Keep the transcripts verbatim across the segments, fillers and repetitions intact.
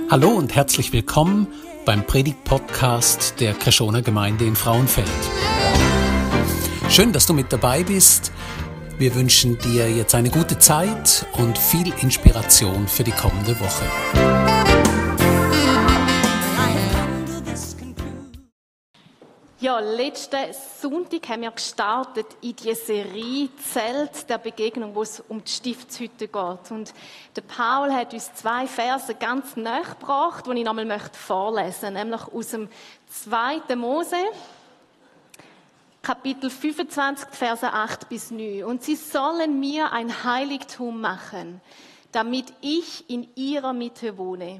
Hallo und herzlich willkommen beim Predigt-Podcast der Kreschoner Gemeinde in Frauenfeld. Schön, dass du mit dabei bist. Wir wünschen dir jetzt eine gute Zeit und viel Inspiration für die kommende Woche. Ja, letzten Sonntag haben wir gestartet in die Serie Zelt der Begegnung, wo es um die Stiftshütte geht. Und der Paul hat uns zwei Verse ganz nahe gebracht, die ich nochmal vorlesen möchte, nämlich aus dem zweiten Mose, Kapitel fünfundzwanzig, Verse acht bis neun. Und sie sollen mir ein Heiligtum machen, damit ich in ihrer Mitte wohne.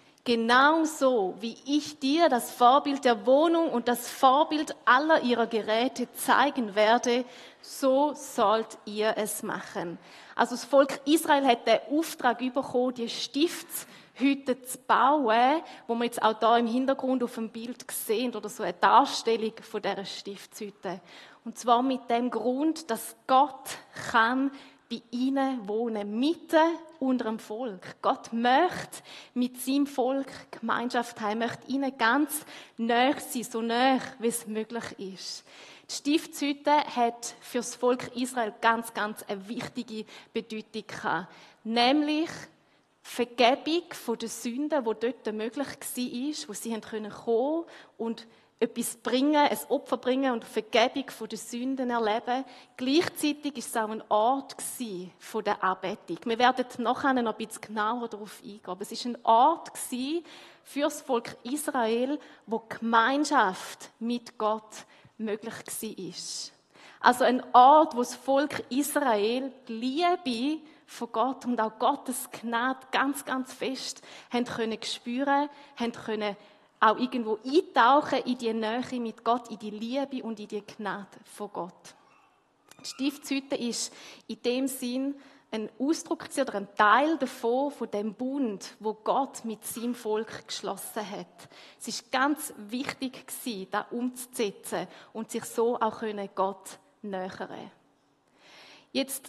Genauso wie ich dir das Vorbild der Wohnung und das Vorbild aller ihrer Geräte zeigen werde, so sollt ihr es machen. Also das Volk Israel hat den Auftrag bekommen, die Stiftshütte zu bauen, wo wir jetzt auch hier im Hintergrund auf dem Bild sehen, oder so eine Darstellung von dieser Stiftshütte. Und zwar mit dem Grund, dass Gott kann bei ihnen wohnen, mitten unter dem Volk. Gott möchte mit seinem Volk Gemeinschaft haben, möchte ihnen ganz nahe sein, so nahe, wie es möglich ist. Die Stiftshütte hat für das Volk Israel ganz, ganz eine wichtige Bedeutung gehabt. Nämlich Vergebung von den Sünden, die dort möglich war, wo sie kommen konnten und etwas bringen, ein Opfer bringen und Vergebung von den Sünden erleben. Gleichzeitig war es auch ein Ort von der Anbetung. Wir werden nachher noch ein bisschen genauer darauf eingehen. Aber es war ein Ort für das Volk Israel, wo die Gemeinschaft mit Gott möglich war. Also ein Ort, wo das Volk Israel die Liebe von Gott und auch Gottes Gnade ganz, ganz fest haben können spüren, haben können auch irgendwo eintauchen in die Nähe mit Gott, in die Liebe und in die Gnade von Gott. Die Stiftshütte ist in dem Sinn ein Ausdruck oder ein Teil davon, von dem Bund, wo Gott mit seinem Volk geschlossen hat. Es ist ganz wichtig gewesen, das umzusetzen und sich so auch Gott nähern. Jetzt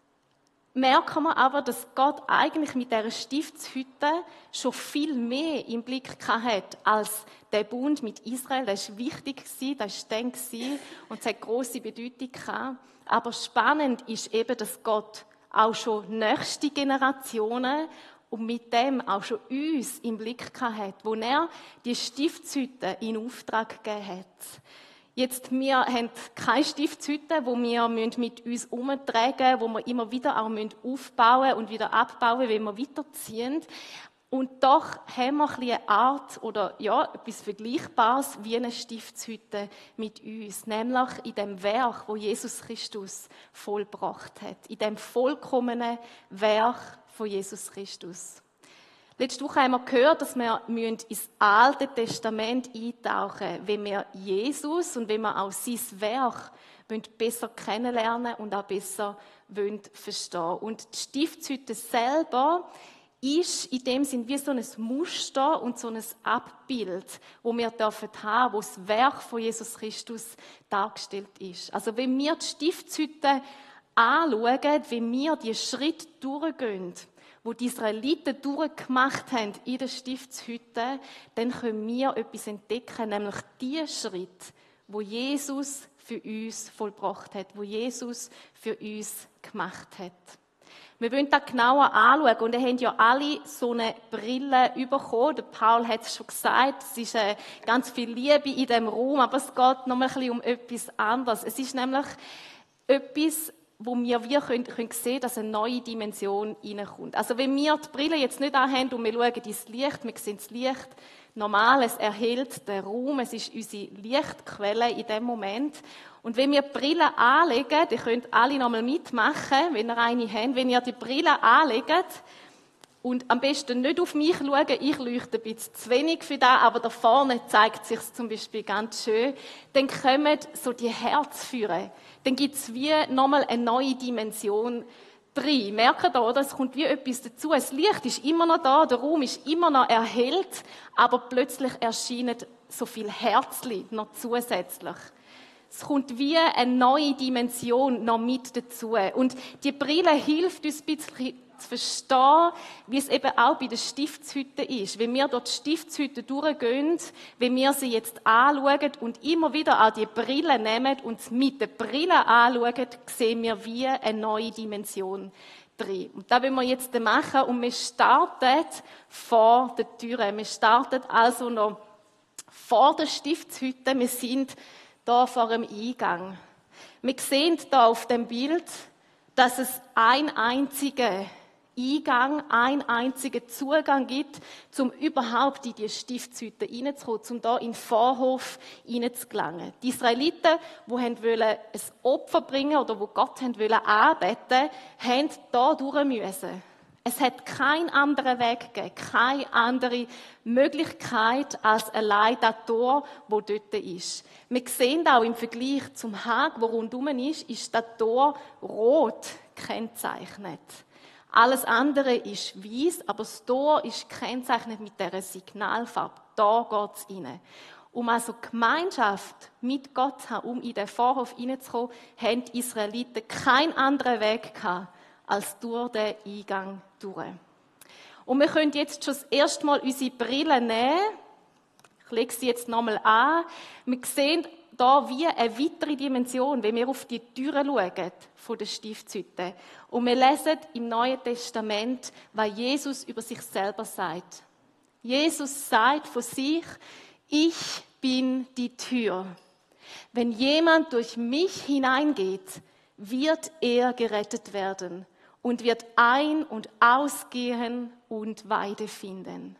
merken wir aber, dass Gott eigentlich mit dieser Stiftshütte schon viel mehr im Blick hat als der Bund mit Israel. Das war wichtig, das war dann und es hat grosse Bedeutung gehabt. Aber spannend ist eben, dass Gott auch schon nächste Generationen und mit dem auch schon uns im Blick hat, wo er die Stiftshütte in Auftrag gegeben hat. Jetzt, wir haben keine Stiftshütte, die wir mit uns herumtragen müssen, die wir immer wieder auch aufbauen und wieder abbauen, wenn wir weiterziehen. Und doch haben wir eine Art oder ja, etwas Vergleichbares wie eine Stiftshütte mit uns. Nämlich in dem Werk, wo Jesus Christus vollbracht hat. In dem vollkommenen Werk von Jesus Christus. Letzte Woche haben wir gehört, dass wir ins Alte Testament eintauchen müssen, wenn wir Jesus und wenn wir auch sein Werk besser kennenlernen und auch besser verstehen. Und die Stiftshütte selber ist in dem Sinn wie so ein Muster und so ein Abbild, wo wir dürfen haben, wo das Werk von Jesus Christus dargestellt ist. Also wenn wir die Stiftshütte anschauen, wenn wir die Schritte durchgehen, wo die Israeliten durchgemacht haben in der Stiftshütte, dann können wir etwas entdecken, nämlich die Schritte, wo Jesus für uns vollbracht hat, wo Jesus für uns gemacht hat. Wir wollen das genauer anschauen und ihr habt ja alle so eine Brille bekommen. Der Paul hat es schon gesagt, es ist äh, ganz viel Liebe in diesem Raum, aber es geht noch ein bisschen um etwas anderes. Es ist nämlich etwas, wo wir, wir können, können sehen, dass eine neue Dimension reinkommt. Also wenn wir die Brille jetzt nicht anhaben und wir schauen ins Licht, wir sehen das Licht normal, es erhält den Raum, es ist unsere Lichtquelle in dem Moment. Und wenn wir die Brille anlegen, ihr könnt alle nochmal mitmachen, wenn ihr eine habt, wenn ihr die Brille anlegt und am besten nicht auf mich schauen, ich leuchte ein bisschen zu wenig für das, aber da vorne zeigt sich zum Beispiel ganz schön, dann kommen so die Herzführer. Dann gibt es wie nochmal eine neue Dimension drin. Merkt ihr, oder? Es kommt wie etwas dazu. Das Licht ist immer noch da, der Raum ist immer noch erhellt, aber plötzlich erscheinen so viele Herzchen noch zusätzlich. Es kommt wie eine neue Dimension noch mit dazu. Und die Brille hilft uns ein bisschen zu verstehen, wie es eben auch bei den Stiftshütten ist. Wenn wir dort die Stiftshütten durchgehen, wenn wir sie jetzt anschauen und immer wieder auch die Brille nehmen und mit der Brille anschauen, sehen wir wie eine neue Dimension drin. Und das wollen wir jetzt machen und wir starten vor der Tür. Wir starten also noch vor der Stiftshütte. Wir sind da vor dem Eingang. Wir sehen da auf dem Bild, dass es ein einziger Eingang, ein einziger Zugang gibt, um überhaupt in die Stiftshütte reinzukommen, um da in den Vorhof reinzugelangen. Die Israeliten, die wollten ein Opfer bringen oder wo Gott wollten anbeten, haben da durch müssen. Es hat keinen anderen Weg gegeben, keine andere Möglichkeit als allein das Tor, das dort ist. Wir sehen auch im Vergleich zum Hag, der rundherum ist, ist das Tor rot gekennzeichnet. Alles andere ist weiß, aber das Tor ist gekennzeichnet mit dieser Signalfarbe. Da geht es rein. Um also Gemeinschaft mit Gott zu haben, um in den Vorhof reinzukommen, haben die Israeliten keinen anderen Weg gehabt, als durch den Eingang durch. Und wir können jetzt schon das erste Mal unsere Brille nehmen. Ich lege sie jetzt nochmal an. Wir sehen da wie eine weitere Dimension, wenn wir auf die Türen schauen von der Stiftshütte. Und wir lesen im Neuen Testament, was Jesus über sich selber sagt. Jesus sagt von sich, ich bin die Tür. Wenn jemand durch mich hineingeht, wird er gerettet werden und wird ein- und ausgehen und Weide finden.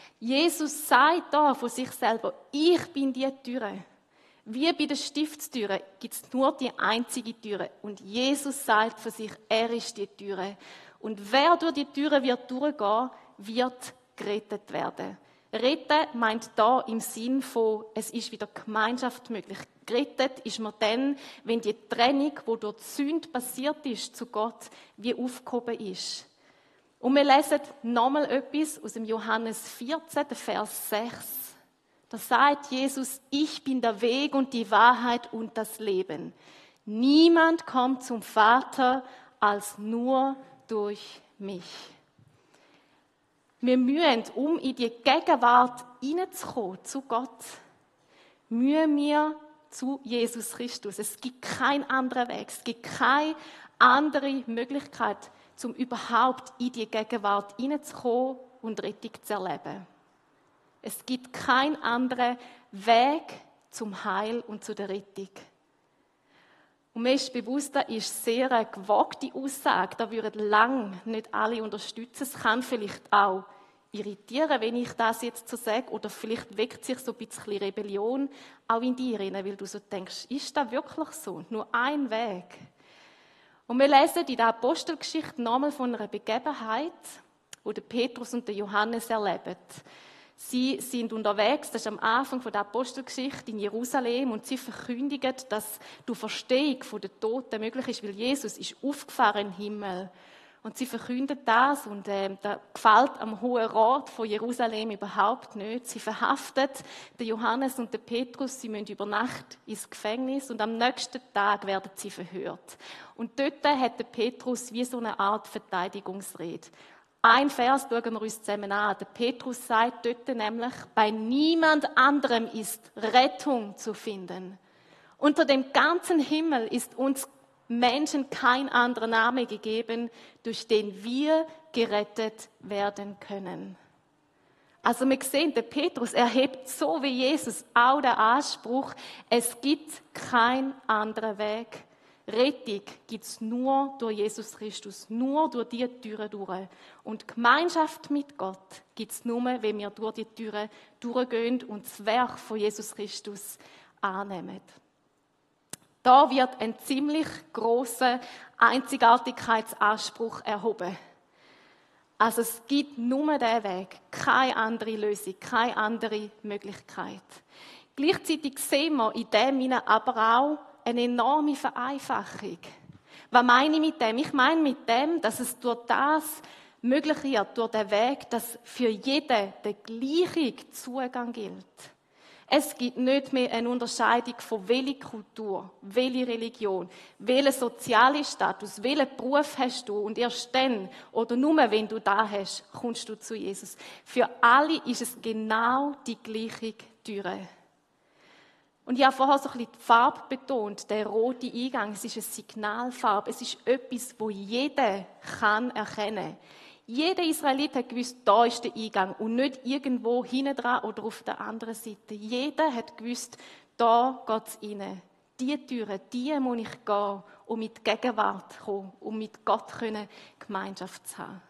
Jesus sagt da von sich selber, ich bin die Türe. Wie bei der Stiftstüre gibt es nur die einzige Türe. Und Jesus sagt von sich, er ist die Türe. Und wer durch die Türe wird durchgehen, wird gerettet werden. Retten meint da im Sinn von, es ist wieder Gemeinschaft möglich. Gerettet ist man dann, wenn die Trennung, die durch die Sünde passiert ist, zu Gott, wie aufgehoben ist. Und wir lesen nochmal etwas aus dem Johannes vierzehn, Vers sechs. Da sagt Jesus, ich bin der Weg und die Wahrheit und das Leben. Niemand kommt zum Vater als nur durch mich. Wir müssen, um in die Gegenwart hineinzukommen, zu Gott, müssen wir zu Jesus Christus. Es gibt keinen anderen Weg, es gibt keine andere Möglichkeit, um überhaupt in die Gegenwart hineinzukommen und Rettung zu erleben. Es gibt keinen anderen Weg zum Heil und zu der Rettung. Und mir ist bewusst, das ist sehr eine gewagte Aussage. Da würden lange nicht alle unterstützen. Es kann vielleicht auch irritieren, wenn ich das jetzt so sage. Oder vielleicht weckt sich so ein bisschen Rebellion auch in dir rein, weil du so denkst, ist das wirklich so? Nur ein Weg. Und wir lesen in der Apostelgeschichte nochmal von einer Begebenheit, die der Petrus und der Johannes erleben. Sie sind unterwegs, das ist am Anfang der Apostelgeschichte in Jerusalem, und sie verkündigen, dass die Verstehung der Toten möglich ist, weil Jesus ist aufgefahren in den Himmel. Und sie verkünden das, und äh, das gefällt am Hohen Rat von Jerusalem überhaupt nicht. Sie verhaften den Johannes und den Petrus, sie müssen über Nacht ins Gefängnis, und am nächsten Tag werden sie verhört. Und dort hat der Petrus wie so eine Art Verteidigungsrede. Ein Vers schauen wir uns zusammen an. Der Petrus sagt dort nämlich, bei niemand anderem ist Rettung zu finden. Unter dem ganzen Himmel ist uns Menschen kein anderer Name gegeben, durch den wir gerettet werden können. Also wir sehen, der Petrus erhebt so wie Jesus auch den Anspruch, es gibt keinen anderen Weg. Rettung gibt es nur durch Jesus Christus, nur durch diese Türe durch. Und Gemeinschaft mit Gott gibt es nur, wenn wir durch die Türe durchgehen und das Werk von Jesus Christus annehmen. Da wird ein ziemlich grosser Einzigartigkeitsanspruch erhoben. Also es gibt nur diesen Weg, keine andere Lösung, keine andere Möglichkeit. Gleichzeitig sehen wir in dem aber auch eine enorme Vereinfachung. Was meine ich mit dem? Ich meine mit dem, dass es durch das möglich wird, durch den Weg, dass für jeden der gleiche Zugang gilt. Es gibt nicht mehr eine Unterscheidung von welcher Kultur, welcher Religion, welcher sozialer Status, welchen Beruf hast du und erst dann oder nur wenn du da hast, kommst du zu Jesus. Für alle ist es genau die gleiche Türe. Und ich habe vorher so ein bisschen die Farbe betont, der rote Eingang, es ist eine Signalfarbe, es ist etwas, wo jeder kann erkennen. Jeder Israelit hat gewusst, da ist der Eingang und nicht irgendwo hinten dran oder auf der anderen Seite. Jeder hat gewusst, da geht es rein. Diese Türe, die muss ich gehen, um mit Gegenwart zu kommen, um mit Gott Gemeinschaft zu haben.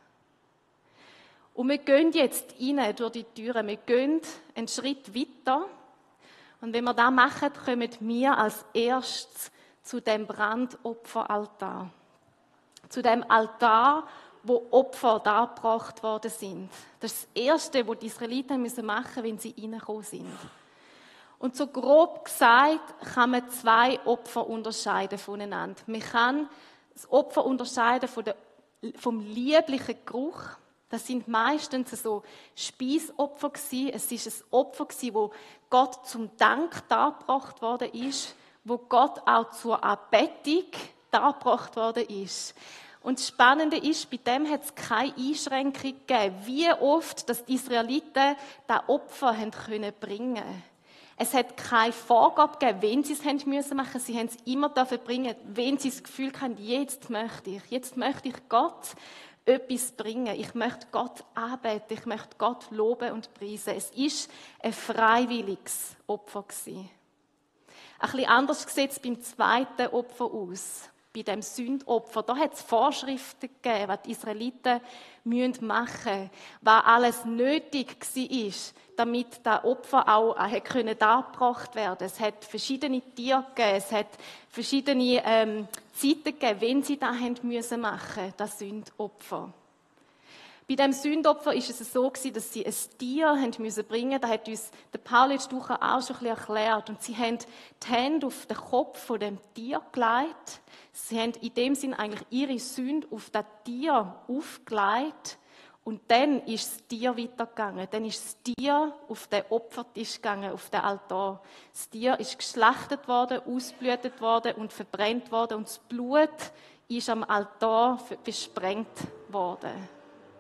Und wir gehen jetzt rein durch die Türe, wir gehen einen Schritt weiter. Und wenn wir das machen, kommen wir als erstes zu dem Brandopferaltar. Zu dem Altar, wo Opfer dargebracht worden sind. Das ist das Erste, was die Israeliten machen müssen, wenn sie reingekommen sind. Und so grob gesagt kann man zwei Opfer unterscheiden voneinander. Man kann das Opfer unterscheiden von der, vom lieblichen Geruch. Das sind meistens so Speisopfer gewesen. Es ist ein Opfer gewesen, wo Gott zum Dank dargebracht worden ist, wo Gott auch zur Anbetung dargebracht worden ist. Und das Spannende ist, bei dem hat es keine Einschränkung gegeben, wie oft dass die Israeliten das Opfer haben können bringen. Es hat keine Vorgabe gegeben, wenn sie es haben müssen machen. Sie haben es immer dafür bringen, wenn sie das Gefühl haben, jetzt möchte ich, jetzt möchte ich Gott etwas bringen. Ich möchte Gott anbeten, ich möchte Gott loben und preisen. Es ist ein freiwilliges Opfer gewesen. Ein bisschen anders sieht es beim zweiten Opfer aus. Bei dem Sündopfer, da hat es Vorschriften gegeben, was die Israeliten machen müssen, was alles nötig war, damit das Opfer auch dargebracht werden konnte. Es hat verschiedene Tiere gegeben, es hat verschiedene ähm, Zeiten gegeben, wenn sie das machen müssen, das Sündopfer. Bei dem Sündopfer ist es so gewesen, dass sie ein Tier haben müssen bringen. Das hat uns der Paul letzte Woche auch schon ein bisschen erklärt. Und sie haben die Hände auf den Kopf von dem Tier gelegt. Sie haben in dem Sinn eigentlich ihre Sünde auf das Tier aufgelegt. Und dann ist das Tier weitergegangen. Dann ist das Tier auf den Opfertisch gegangen, auf den Altar. Das Tier ist geschlachtet worden, ausblütet worden und verbrennt worden. Und das Blut ist am Altar besprengt worden.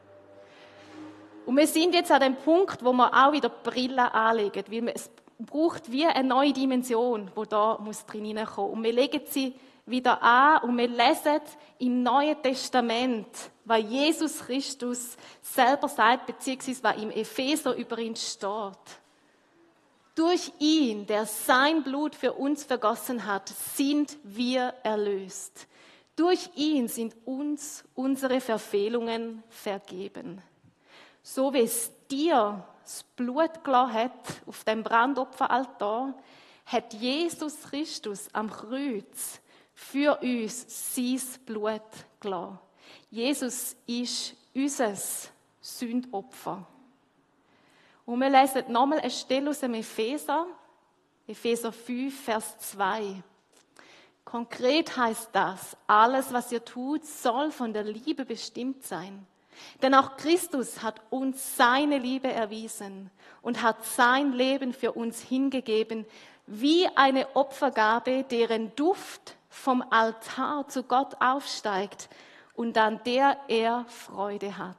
Und wir sind jetzt an dem Punkt, wo wir auch wieder die Brille anlegen, weil es braucht wie eine neue Dimension, die da muss drin hineinkommen. Und wir legen sie wieder an und wir lesen im Neuen Testament, was Jesus Christus selber sagt, beziehungsweise was im Epheser über ihn steht. Durch ihn, der sein Blut für uns vergossen hat, sind wir erlöst. Durch ihn sind uns unsere Verfehlungen vergeben. So wie es dir das Blut gelassen hat auf dem Brandopferaltar, hat Jesus Christus am Kreuz für uns sein Blut gelassen. Jesus ist unser Sündopfer. Und wir lesen nochmal eine Stelle aus dem Epheser, Epheser fünf, Vers zwei. Konkret heißt das, alles, was ihr tut, soll von der Liebe bestimmt sein. Denn auch Christus hat uns seine Liebe erwiesen und hat sein Leben für uns hingegeben, wie eine Opfergabe, deren Duft vom Altar zu Gott aufsteigt und an der er Freude hat.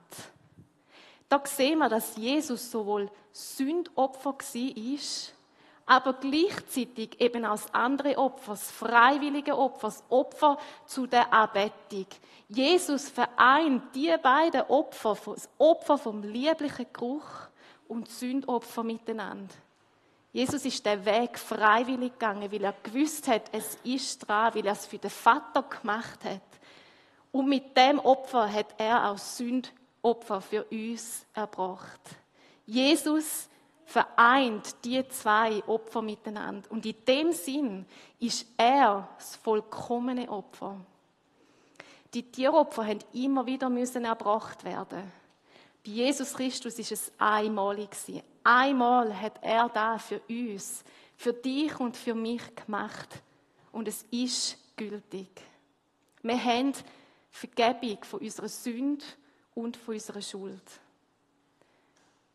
Da sehen wir, dass Jesus sowohl Sündopfer war, aber gleichzeitig eben als andere Opfer, das freiwillige Opfer, das Opfer zu der Anbetung. Jesus vereint die beiden Opfer, das Opfer vom lieblichen Geruch und das Sündopfer miteinander. Jesus ist den Weg freiwillig gegangen, weil er gewusst hat, es ist dran, weil er es für den Vater gemacht hat. Und mit dem Opfer hat er auch Sündopfer für uns erbracht. Jesus vereint die zwei Opfer miteinander. Und in dem Sinn ist er das vollkommene Opfer. Die Tieropfer haben immer wieder müssen erbracht werden. Bei Jesus Christus ist es einmalig gewesen. Einmal hat er da für uns, für dich und für mich gemacht. Und es ist gültig. Wir haben Vergebung von unserer Sünde und von unserer Schuld.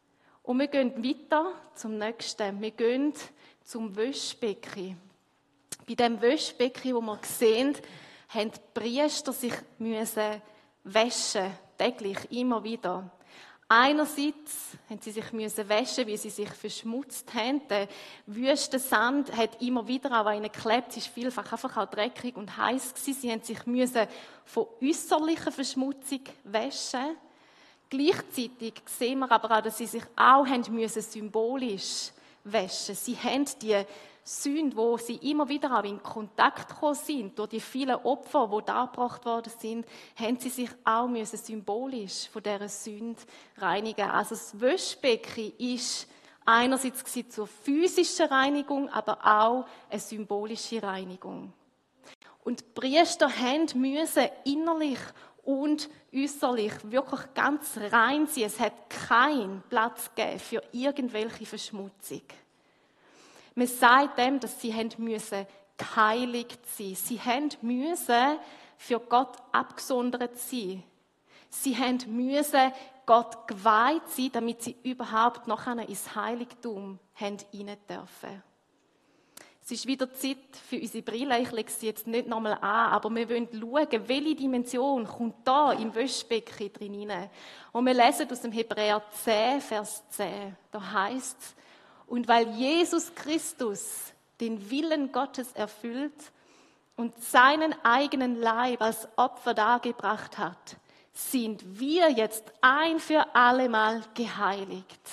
Und wir gehen weiter zum nächsten. Wir gehen zum Waschbecken. Bei dem Waschbecken, wo wir sehen, haben die Priester sich müssen waschen, täglich, immer wieder. Einerseits haben sie sich müssen waschen, wie sie sich verschmutzt haben. Der Wüstensand hat immer wieder auch an ihnen geklebt. Es war vielfach einfach auch dreckig und heiß gewesen. Sie haben sich müssen von äußerlicher Verschmutzung waschen. Gleichzeitig sehen wir aber auch, dass sie sich auch haben müssen symbolisch waschen. Sie haben die Sünde, wo sie immer wieder auch in Kontakt gekommen sind, durch die vielen Opfer, die dargebracht worden sind, haben sie sich auch müssen symbolisch von dieser Sünde reinigen. Also das Waschbecken ist einerseits zur physischen Reinigung, aber auch eine symbolische Reinigung. Und die Priester haben müssen innerlich und äußerlich wirklich ganz rein sein. Es hat keinen Platz gegeben für irgendwelche Verschmutzung. Man sagt dem, dass sie haben müssen geheiligt sein. Sie haben müssen für Gott abgesondert sein. Sie haben müssen Gott geweiht sein, damit sie überhaupt noch ins Heiligtum haben rein dürfen. Es ist wieder Zeit für unsere Brille. Ich lege sie jetzt nicht nochmal an, aber wir wollen schauen, welche Dimension kommt da im Waschbecken drin rein. Und wir lesen aus dem Hebräer zehn, Vers zehn. Da heißt es: Und weil Jesus Christus den Willen Gottes erfüllt und seinen eigenen Leib als Opfer dargebracht hat, sind wir jetzt ein für allemal geheiligt.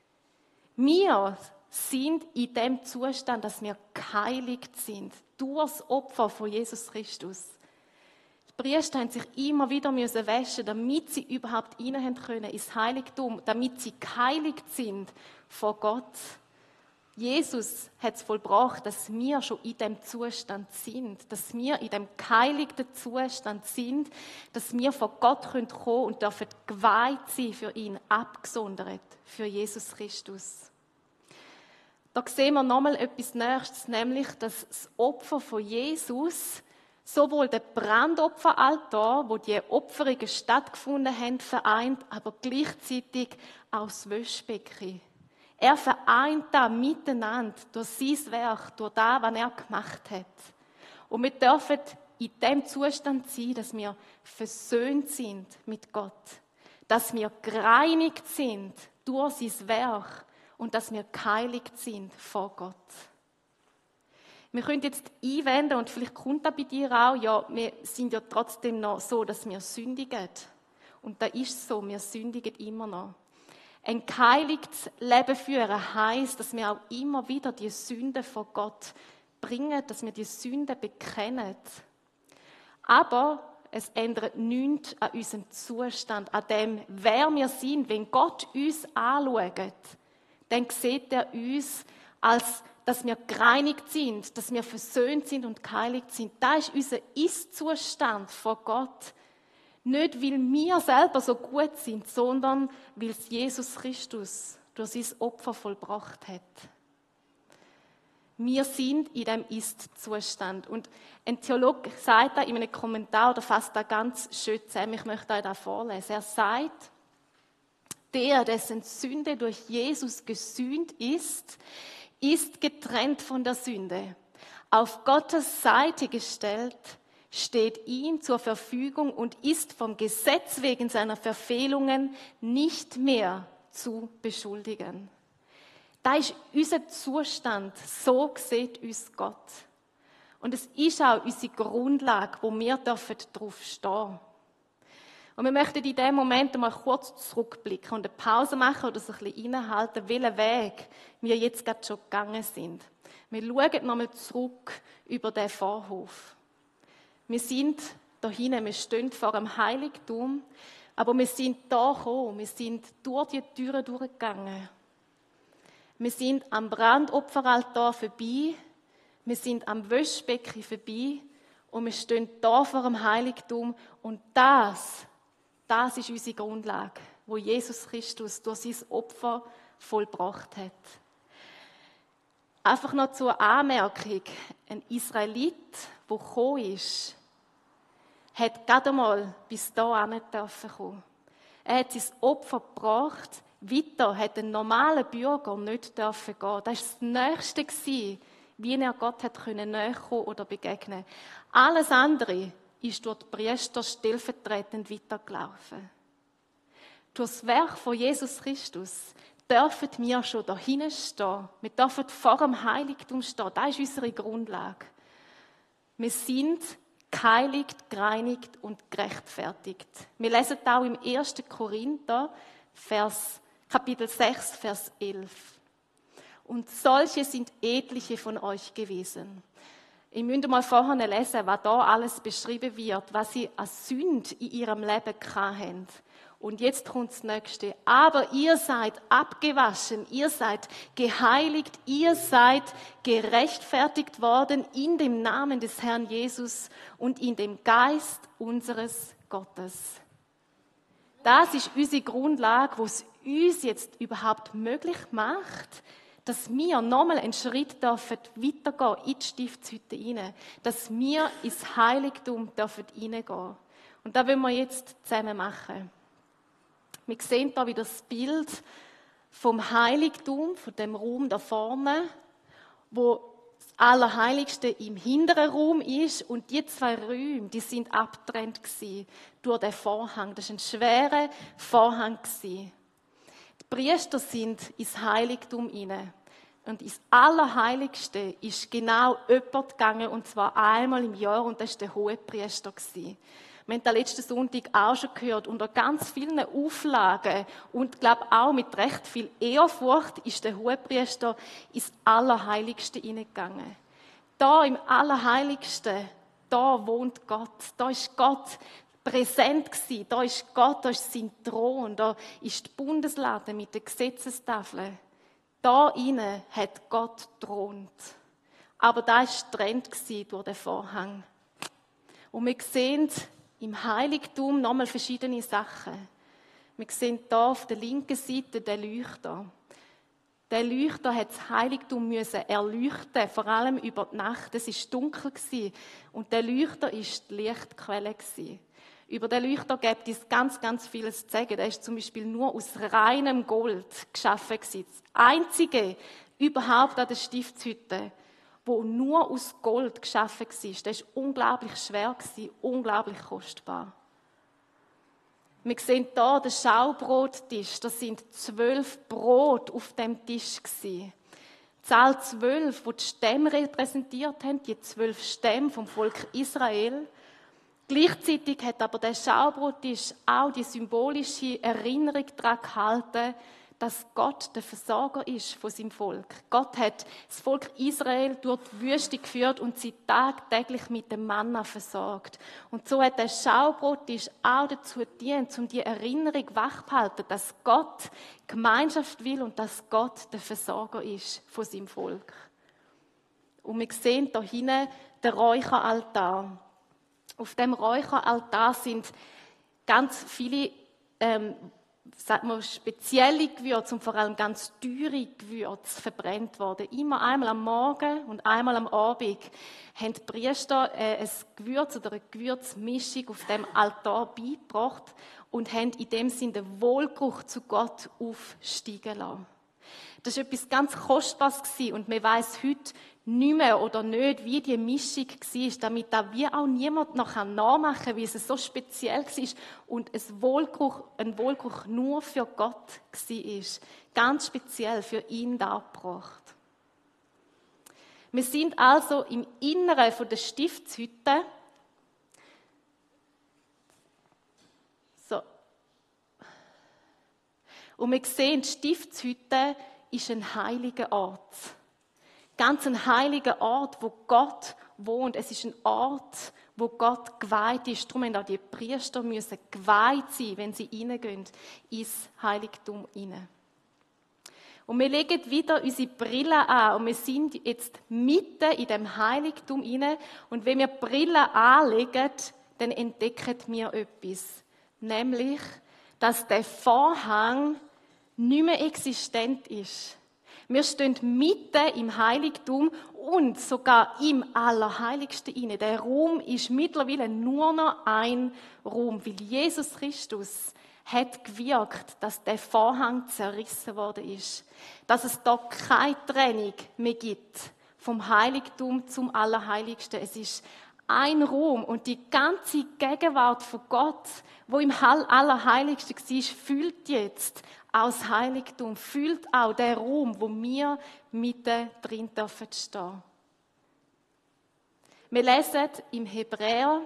Wir sind in dem Zustand, dass wir geheiligt sind durch das Opfer von Jesus Christus. Die Priester haben sich immer wieder müssen waschen, damit sie überhaupt rein können ins Heiligtum, damit sie geheiligt sind vor Gott. Jesus hat es vollbracht, dass wir schon in dem Zustand sind, dass wir in dem geheiligten Zustand sind, dass wir vor Gott kommen können und dürfen geweiht sein für ihn, abgesondert für Jesus Christus. Da sehen wir nochmal etwas Nächstes, nämlich, dass das Opfer von Jesus sowohl der Brandopferaltar, wo die Opferungen stattgefunden haben, vereint, aber gleichzeitig auch das Waschbecken. Er vereint da miteinander durch sein Werk, durch das, was er gemacht hat. Und wir dürfen in dem Zustand sein, dass wir versöhnt sind mit Gott, dass wir gereinigt sind durch sein Werk und dass wir geheiligt sind vor Gott. Wir können jetzt einwenden, und vielleicht kommt das bei dir auch, ja, wir sind ja trotzdem noch so, dass wir sündigen. Und da ist so, wir sündigen immer noch. Ein geheiligtes Leben führen heisst, dass wir auch immer wieder die Sünde vor Gott bringen, dass wir die Sünde bekennen. Aber es ändert nichts an unserem Zustand, an dem, wer wir sind. Wenn Gott uns anschaut, dann sieht er uns, als dass wir gereinigt sind, dass wir versöhnt sind und geheiligt sind. Das ist unser Ist-Zustand vor Gott. Nicht, weil wir selber so gut sind, sondern weil es Jesus Christus durch sein Opfer vollbracht hat. Wir sind in dem Ist-Zustand. Und ein Theologe sagt da in einem Kommentar, der fasst da ganz schön zusammen, ich möchte euch da vorlesen. Er sagt: Der, dessen Sünde durch Jesus gesühnt ist, ist getrennt von der Sünde, auf Gottes Seite gestellt, steht ihm zur Verfügung und ist vom Gesetz wegen seiner Verfehlungen nicht mehr zu beschuldigen. Da ist unser Zustand, so sieht uns Gott. Und es ist auch unsere Grundlage, wo wir darauf stehen dürfen. Und wir möchten in diesem Moment mal kurz zurückblicken und eine Pause machen oder so ein bisschen innehalten, welchen Weg wir jetzt gerade schon gegangen sind. Wir schauen nochmal zurück über den Vorhof. Wir sind da hinten, wir stehen vor dem Heiligtum, aber wir sind da gekommen, wir sind durch die Türen durchgegangen. Wir sind am Brandopferaltar vorbei, wir sind am Waschbecken vorbei und wir stehen da vor dem Heiligtum und das, das ist unsere Grundlage, wo Jesus Christus durch sein Opfer vollbracht hat. Einfach noch zur Anmerkung: Ein Israelit, der gekommen ist, hat gerade einmal bis dahin kommen dürfen. Er hat sein Opfer gebracht, Weiter hat ein normaler Bürger nicht dürfen gehen. Das war das Nächste, wie er Gott hat können näher kommen oder begegnen. Alles andere ist durch die Priester stellvertretend weitergelaufen. Durch das Werk von Jesus Christus dürfen wir schon da hinten stehen. Wir dürfen vor dem Heiligtum stehen. Das ist unsere Grundlage. Wir sind geheiligt, gereinigt und gerechtfertigt. Wir lesen auch im ersten Korinther, Vers, Kapitel sechs, Vers elf. Und solche sind etliche von euch gewesen. Ich müsste mal vorher lesen, was da alles beschrieben wird, was sie als Sünde in ihrem Leben hatten. Und jetzt kommt das Nächste. Aber ihr seid abgewaschen, ihr seid geheiligt, ihr seid gerechtfertigt worden in dem Namen des Herrn Jesus und in dem Geist unseres Gottes. Das ist unsere Grundlage, was uns jetzt überhaupt möglich macht, dass wir nochmal einen Schritt dürfen weitergehen in die Stiftshütte hinein, dass wir ins Heiligtum dürfen hineingehen. Und das wollen wir jetzt zusammen machen. Wir sehen hier wieder das Bild vom Heiligtum, von dem Raum da vorne, wo das Allerheiligste im hinteren Raum ist und die zwei Räume, die sind abgetrennt gewesen durch den Vorhang. Das war ein schwerer Vorhang gewesen. Die Priester sind ins Heiligtum hinein. Und ins Allerheiligste ist genau jemand gegangen, und zwar einmal im Jahr, und das war der Hohepriester gewesen. Wir haben das letzten Sonntag auch schon gehört, unter ganz vielen Auflagen und ich glaube auch mit recht viel Ehrfurcht ist der Hohepriester ins Allerheiligste hineingegangen. Da im Allerheiligsten, da wohnt Gott, da ist Gott präsent gewesen, da ist Gott, da ist sein Thron, da ist die Bundeslade mit den Gesetzestafeln. Da innen hat Gott thront. Aber da war getrennt durch den Vorhang. Und wir sehen im Heiligtum nochmal verschiedene Sachen. Wir sehen hier auf der linken Seite den Leuchter. Der Leuchter hat das Heiligtum müssen erleuchten, vor allem über die Nacht. Es war dunkel und der Leuchter war die Lichtquelle. Über den Leuchter gibt es ganz, ganz vieles zu sagen. Der ist zum Beispiel nur aus reinem Gold geschaffen. Das einzige überhaupt an der Stiftshütte, wo nur aus Gold geschaffen war. Das war unglaublich schwer, unglaublich kostbar. Wir sehen hier den Schaubrottisch. Das sind zwölf Brot auf dem Tisch. Die Zahl zwölf, die die Stämme repräsentiert haben, die zwölf Stämme vom Volk Israel. Gleichzeitig hat aber der Schaubrottisch auch die symbolische Erinnerung daran gehalten, dass Gott der Versorger ist von seinem Volk. Gott hat das Volk Israel durch die Wüste geführt und sie tagtäglich mit dem Manna versorgt. Und so hat der Schaubrottisch auch dazu gedient, um die Erinnerung wachzuhalten, dass Gott Gemeinschaft will und dass Gott der Versorger ist von seinem Volk. Und wir sehen hier hinten den Räucheraltar. Auf dem Räucheraltar sind ganz viele ähm, sagt man, spezielle Gewürze und vor allem ganz teure Gewürze verbrennt worden. Immer einmal am Morgen und einmal am Abend haben die Priester äh, ein Gewürz oder eine Gewürzmischung auf dem Altar beigebracht und haben in dem Sinne den Wohlgeruch zu Gott aufsteigen lassen. Das war etwas ganz Kostbares und man weiss heute nicht mehr oder nicht, wie die Mischung war, damit da wie auch niemand noch nachmachen kann, wie es so speziell war und ein Wohlgeruch, ein Wohlgeruch nur für Gott war. Ganz speziell für ihn dargebracht. Wir sind also im Inneren von der Stiftshütte. So. Und wir sehen, die Stiftshütte ist ein heiliger Ort. Ganz ein heiliger Ort, wo Gott wohnt. Es ist ein Ort, wo Gott geweiht ist. Darum müssen auch die Priester müssen geweiht sein, wenn sie reingehen ins Heiligtum hinein. Und wir legen wieder unsere Brille an und wir sind jetzt mitten in dem Heiligtum hinein. Und wenn wir die Brille anlegen, dann entdecken wir etwas. Nämlich, dass der Vorhang nicht mehr existent ist. Wir stehen mitten im Heiligtum und sogar im Allerheiligsten inne. Der Raum ist mittlerweile nur noch ein Raum, weil Jesus Christus hat gewirkt, dass der Vorhang zerrissen worden ist. Dass es da keine Trennung mehr gibt vom Heiligtum zum Allerheiligsten. Es ist ein Raum und die ganze Gegenwart von Gott, wo im Allerheiligsten war, fühlt jetzt auch das Heiligtum, fühlt auch der Raum, wo wir mitten drin dürfen stehen. Wir lesen im Hebräer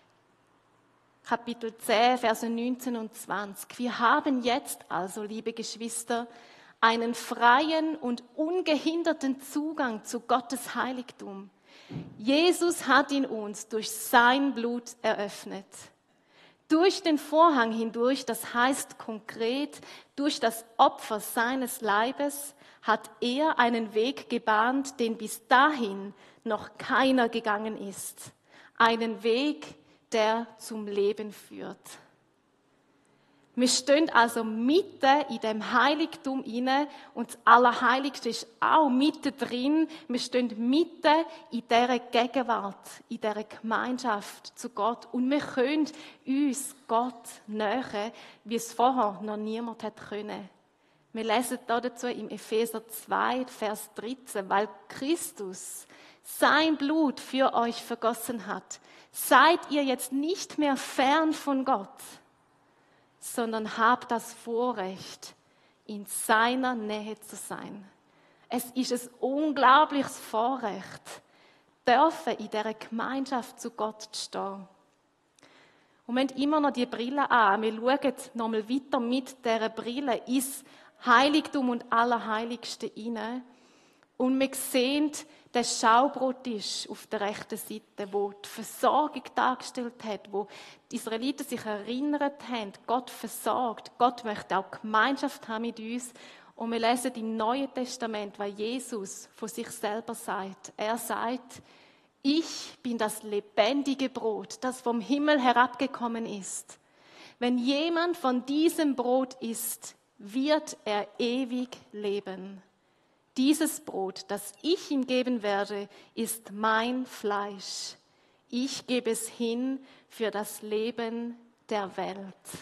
Kapitel zehn, Verse neunzehn und zwanzig. Wir haben jetzt also, liebe Geschwister, einen freien und ungehinderten Zugang zu Gottes Heiligtum. Jesus hat ihn uns durch sein Blut eröffnet. Durch den Vorhang hindurch, das heißt konkret, durch das Opfer seines Leibes, hat er einen Weg gebahnt, den bis dahin noch keiner gegangen ist. Einen Weg, der zum Leben führt. Wir stehen also mitten in dem Heiligtum inne und das Allerheiligste ist auch mitten drin. Wir stehen mitten in dieser Gegenwart, in dieser Gemeinschaft zu Gott und wir können uns Gott nähern, wie es vorher noch niemand hat können. Wir lesen dazu im Epheser zwei, Vers dreizehn, weil Christus sein Blut für euch vergossen hat, seid ihr jetzt nicht mehr fern von Gott, sondern habt das Vorrecht, in seiner Nähe zu sein. Es ist ein unglaubliches Vorrecht, dürfen in dieser Gemeinschaft zu Gott zu stehen. Und wir haben immer noch die Brille an. Wir schauen nochmal weiter mit dieser Brille ins Heiligtum und Allerheiligste hinein. Und wir sehen den Schaubrottisch auf der rechten Seite, wo die Versorgung dargestellt hat, wo die Israeliten sich erinnert haben, Gott versorgt. Gott möchte auch Gemeinschaft haben mit uns. Und wir lesen im Neuen Testament, was Jesus von sich selber sagt. Er sagt, ich bin das lebendige Brot, das vom Himmel herabgekommen ist. Wenn jemand von diesem Brot isst, wird er ewig leben. Dieses Brot, das ich ihm geben werde, ist mein Fleisch. Ich gebe es hin für das Leben der Welt.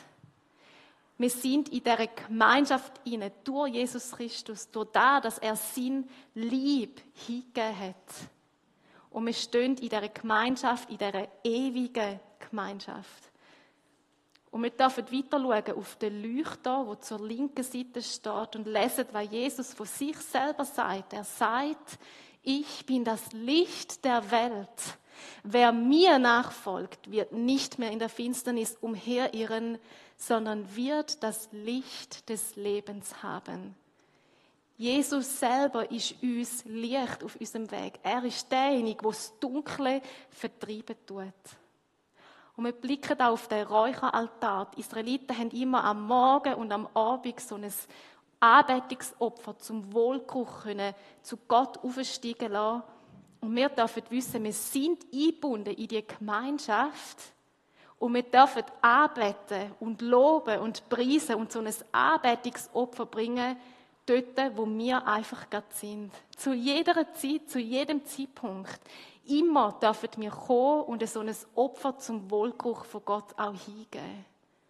Wir sind in dieser Gemeinschaft inne durch Jesus Christus, durch das, dass er sein Lieb hingegeben hat. Und wir stehen in dieser Gemeinschaft, in dieser ewigen Gemeinschaft. Und wir dürfen weiter schauen auf den Leuchter, der zur linken Seite steht und lesen, was Jesus von sich selber sagt. Er sagt, ich bin das Licht der Welt. Wer mir nachfolgt, wird nicht mehr in der Finsternis umherirren, sondern wird das Licht des Lebens haben. Jesus selber ist uns Licht auf unserem Weg. Er ist derjenige, der das Dunkle vertreiben tut. Und wir blicken auch auf den Räucheraltar. Die Israeliten haben immer am Morgen und am Abend so ein Anbetungsopfer zum Wohlgeruch können zu Gott aufsteigen lassen. Und wir dürfen wissen, wir sind eingebunden in die Gemeinschaft. Und wir dürfen anbeten und loben und preisen und so ein Anbetungsopfer bringen, dort, wo wir einfach gerade sind. Zu jeder Zeit, zu jedem Zeitpunkt. Immer dürfen wir kommen und so ein Opfer zum Wohlgeruch von Gott auch hingeben.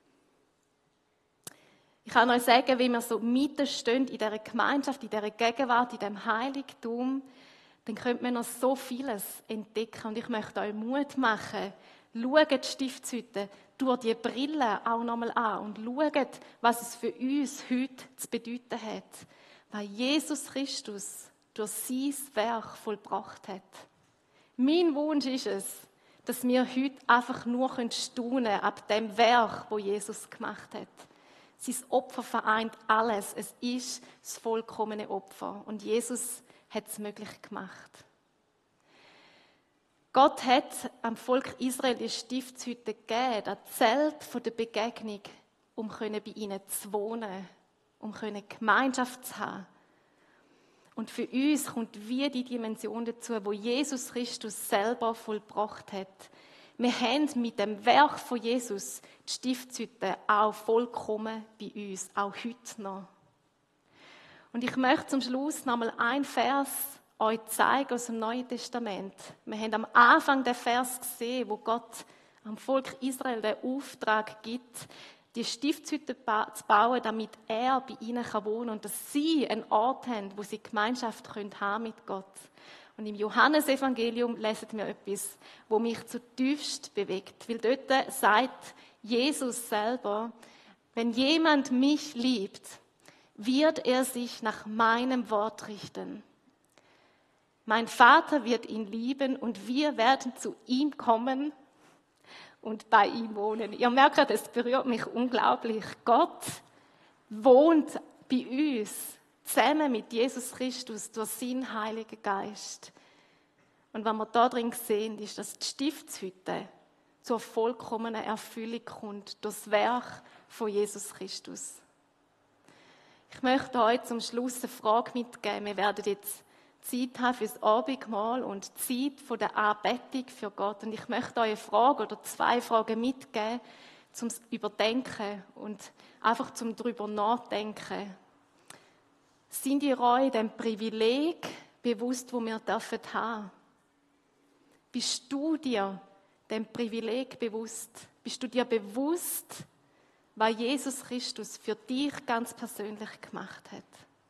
Ich kann euch sagen, wie wir so mitten stehen in dieser Gemeinschaft, in dieser Gegenwart, in diesem Heiligtum, dann könnt man noch so vieles entdecken. Und ich möchte euch Mut machen. Schaut die Stiftshütte durch die Brille auch nochmal an und schaut, was es für uns heute zu bedeuten hat. Weil Jesus Christus durch sein Werk vollbracht hat. Mein Wunsch ist es, dass wir heute einfach nur staunen können ab dem Werk, das Jesus gemacht hat. Sein Opfer vereint alles. Es ist das vollkommene Opfer. Und Jesus hat es möglich gemacht. Gott hat am Volk Israel die Stiftshütte gegeben, das Zelt der Begegnung, um bei ihnen zu wohnen, um Gemeinschaft zu haben. Und für uns kommt wie die Dimension dazu, wo Jesus Christus selber vollbracht hat. Wir haben mit dem Werk von Jesus die Stiftshütte auch vollkommen bei uns, auch heute noch. Und ich möchte zum Schluss noch mal einen Vers euch zeigen aus dem Neuen Testament. Wir haben am Anfang den Vers gesehen, wo Gott am Volk Israel den Auftrag gibt, die Stiftshütte zu bauen, damit er bei ihnen wohnen kann und dass sie einen Ort haben, wo sie Gemeinschaft haben können mit Gott. Und im Johannesevangelium lesen wir etwas, wo mich zutiefst bewegt. Weil dort sagt Jesus selber, wenn jemand mich liebt, wird er sich nach meinem Wort richten. Mein Vater wird ihn lieben und wir werden zu ihm kommen und bei ihm wohnen. Ihr merkt, es berührt mich unglaublich. Gott wohnt bei uns, zusammen mit Jesus Christus, durch seinen Heiligen Geist. Und was wir da drin sehen, ist, dass die Stiftshütte zur vollkommenen Erfüllung kommt, durch das Werk von Jesus Christus. Ich möchte heute zum Schluss eine Frage mitgeben. Wir werden jetzt Zeit haben für das Abendmahl und Zeit von der Anbetung für Gott. Und ich möchte euch eine Frage oder zwei Fragen mitgeben, zum Überdenken und einfach zum darüber nachdenken. Sind ihr euch dem Privileg bewusst, wo wir dürfen haben? Bist du dir dem Privileg bewusst? Bist du dir bewusst, was Jesus Christus für dich ganz persönlich gemacht hat?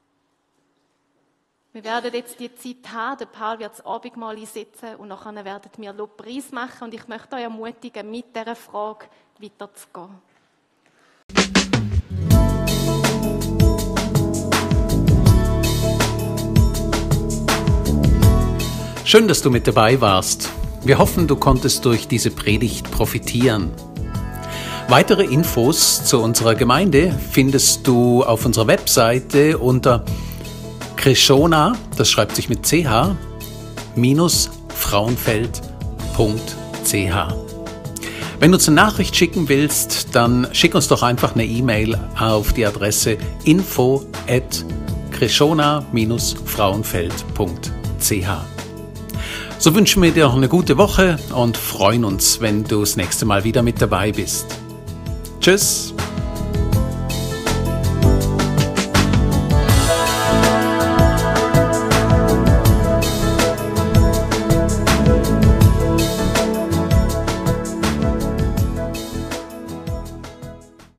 Wir werden jetzt die Zeit haben, der Paul wird das Abendmahl einsetzen und nachher werden wir Lobpreis machen und ich möchte euch ermutigen, mit dieser Frage weiterzugehen. Schön, dass du mit dabei warst. Wir hoffen, du konntest durch diese Predigt profitieren. Weitere Infos zu unserer Gemeinde findest du auf unserer Webseite unter Kreshona, das schreibt sich mit ch, minus frauenfeld punkt c h. Wenn du uns eine Nachricht schicken willst, dann schick uns doch einfach eine E-Mail auf die Adresse info at kreshona minus frauenfeld punkt c h. So wünschen wir dir noch eine gute Woche und freuen uns, wenn du das nächste Mal wieder mit dabei bist. Tschüss!